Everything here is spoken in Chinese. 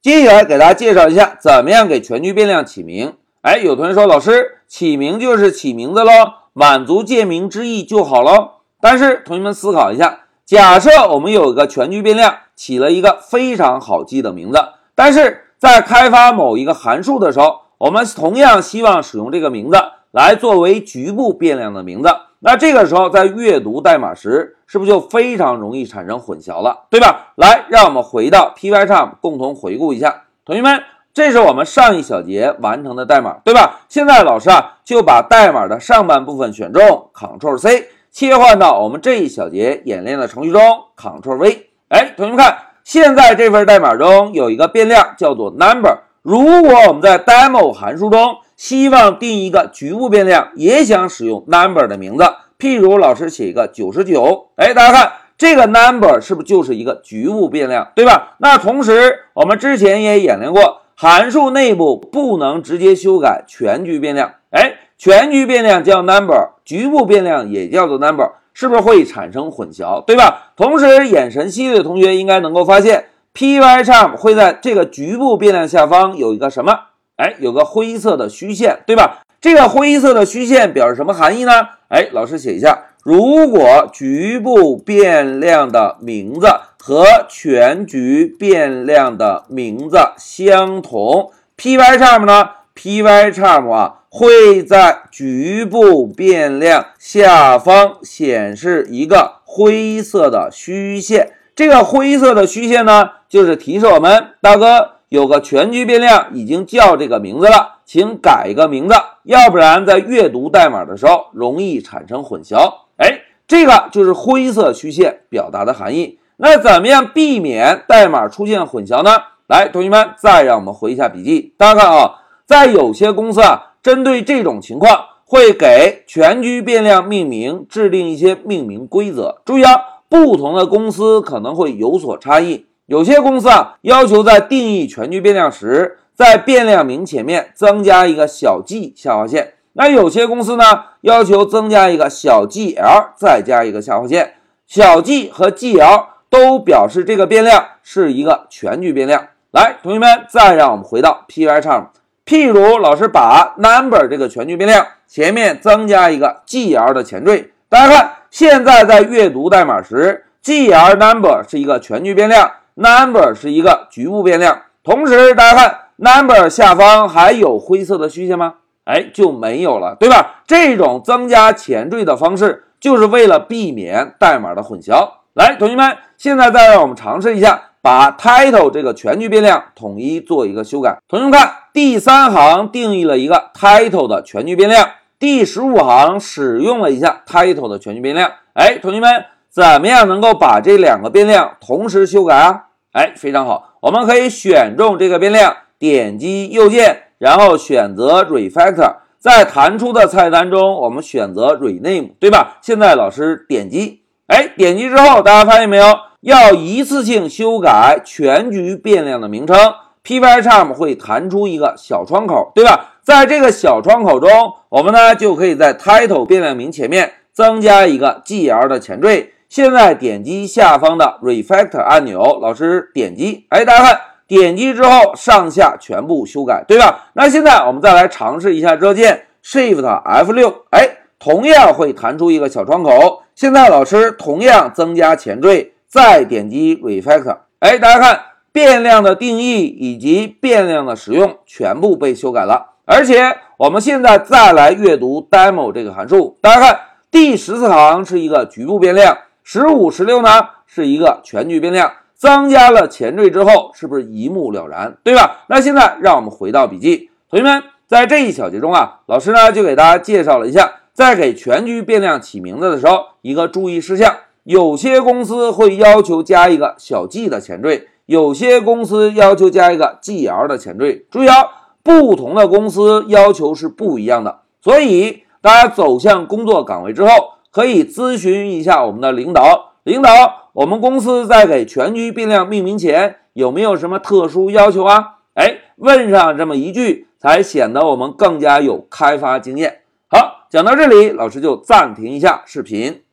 接下来给大家介绍一下怎么样给全局变量起名。有同学说老师，起名就是起名字咯，满足借名之意就好咯。但是同学们思考一下，假设我们有一个全局变量起了一个非常好记的名字，但是在开发某一个函数的时候，我们同样希望使用这个名字来作为局部变量的名字，那这个时候在阅读代码时是不是就非常容易产生混淆了，对吧？来，让我们回到 Pycharm 共同回顾一下。同学们，这是我们上一小节完成的代码，对吧？现在老师就把代码的上半部分选中 Ctrl+C， 切换到我们这一小节演练的程序中 Ctrl+V。同学们看，现在这份代码中有一个变量叫做 number。如果我们在 demo 函数中希望定一个局部变量，也想使用 number 的名字，譬如老师写一个99，大家看这个 number 是不是就是一个局部变量，对吧？那同时我们之前也演练过，函数内部不能直接修改全局变量，全局变量叫 number， 局部变量也叫做 number， 是不是会产生混淆，对吧？同时眼神犀利的同学应该能够发现Pycharm 会在这个局部变量下方有一个什么？有个灰色的虚线，对吧？这个灰色的虚线表示什么含义呢？老师写一下，如果局部变量的名字和全局变量的名字相同 ，Pycharm 呢 ？Pycharm 会在局部变量下方显示一个灰色的虚线。这个灰色的虚线呢，就是提示我们，大哥有个全局变量已经叫这个名字了，请改一个名字，要不然在阅读代码的时候容易产生混淆。这个就是灰色虚线表达的含义。那怎么样避免代码出现混淆呢？来，同学们再让我们回一下笔记。大家看在有些公司针对这种情况会给全局变量命名制定一些命名规则。注意不同的公司可能会有所差异，有些公司要求在定义全局变量时，在变量名前面增加一个小 g 下划线，那有些公司呢要求增加一个小 gl 再加一个下划线，小 g 和 gl 都表示这个变量是一个全局变量。来，同学们再让我们回到 Pycharm， 譬如老师把 number 这个全局变量前面增加一个 gl 的前缀，大家看现在在阅读代码时 gl number 是一个全局变量， number 是一个局部变量，同时大家看 number 下方还有灰色的虚线吗？就没有了，对吧？这种增加前缀的方式就是为了避免代码的混淆。来，同学们，现在再让我们尝试一下把 title 这个全局变量统一做一个修改。同学们看，第3行定义了一个 title 的全局变量，第15行使用了一下 title 的全局变量。同学们怎么样能够把这两个变量同时修改非常好，我们可以选中这个变量，点击右键，然后选择 refactor， 在弹出的菜单中我们选择 rename， 对吧？现在老师点击，点击之后大家发现没有，要一次性修改全局变量的名称， Pycharm 会弹出一个小窗口，对吧？在这个小窗口中，我们呢就可以在 title 变量名前面增加一个 gl 的前缀。现在点击下方的 refactor 按钮，老师点击，大家看点击之后上下全部修改，对吧？那现在我们再来尝试一下这键 Shift F6，同样会弹出一个小窗口。现在老师同样增加前缀，再点击 refactor，大家看变量的定义以及变量的使用全部被修改了。而且我们现在再来阅读 demo 这个函数，大家看第14行是一个局部变量，15、16呢是一个全局变量，增加了前缀之后是不是一目了然，对吧？那现在让我们回到笔记，同学们在这一小节中老师呢就给大家介绍了一下在给全局变量起名字的时候一个注意事项，有些公司会要求加一个小 g 的前缀，有些公司要求加一个 gl 的前缀，注意不同的公司要求是不一样的，所以大家走向工作岗位之后可以咨询一下我们的领导，我们公司在给全局变量命名前有没有什么特殊要求问上这么一句才显得我们更加有开发经验。好，讲到这里老师就暂停一下视频。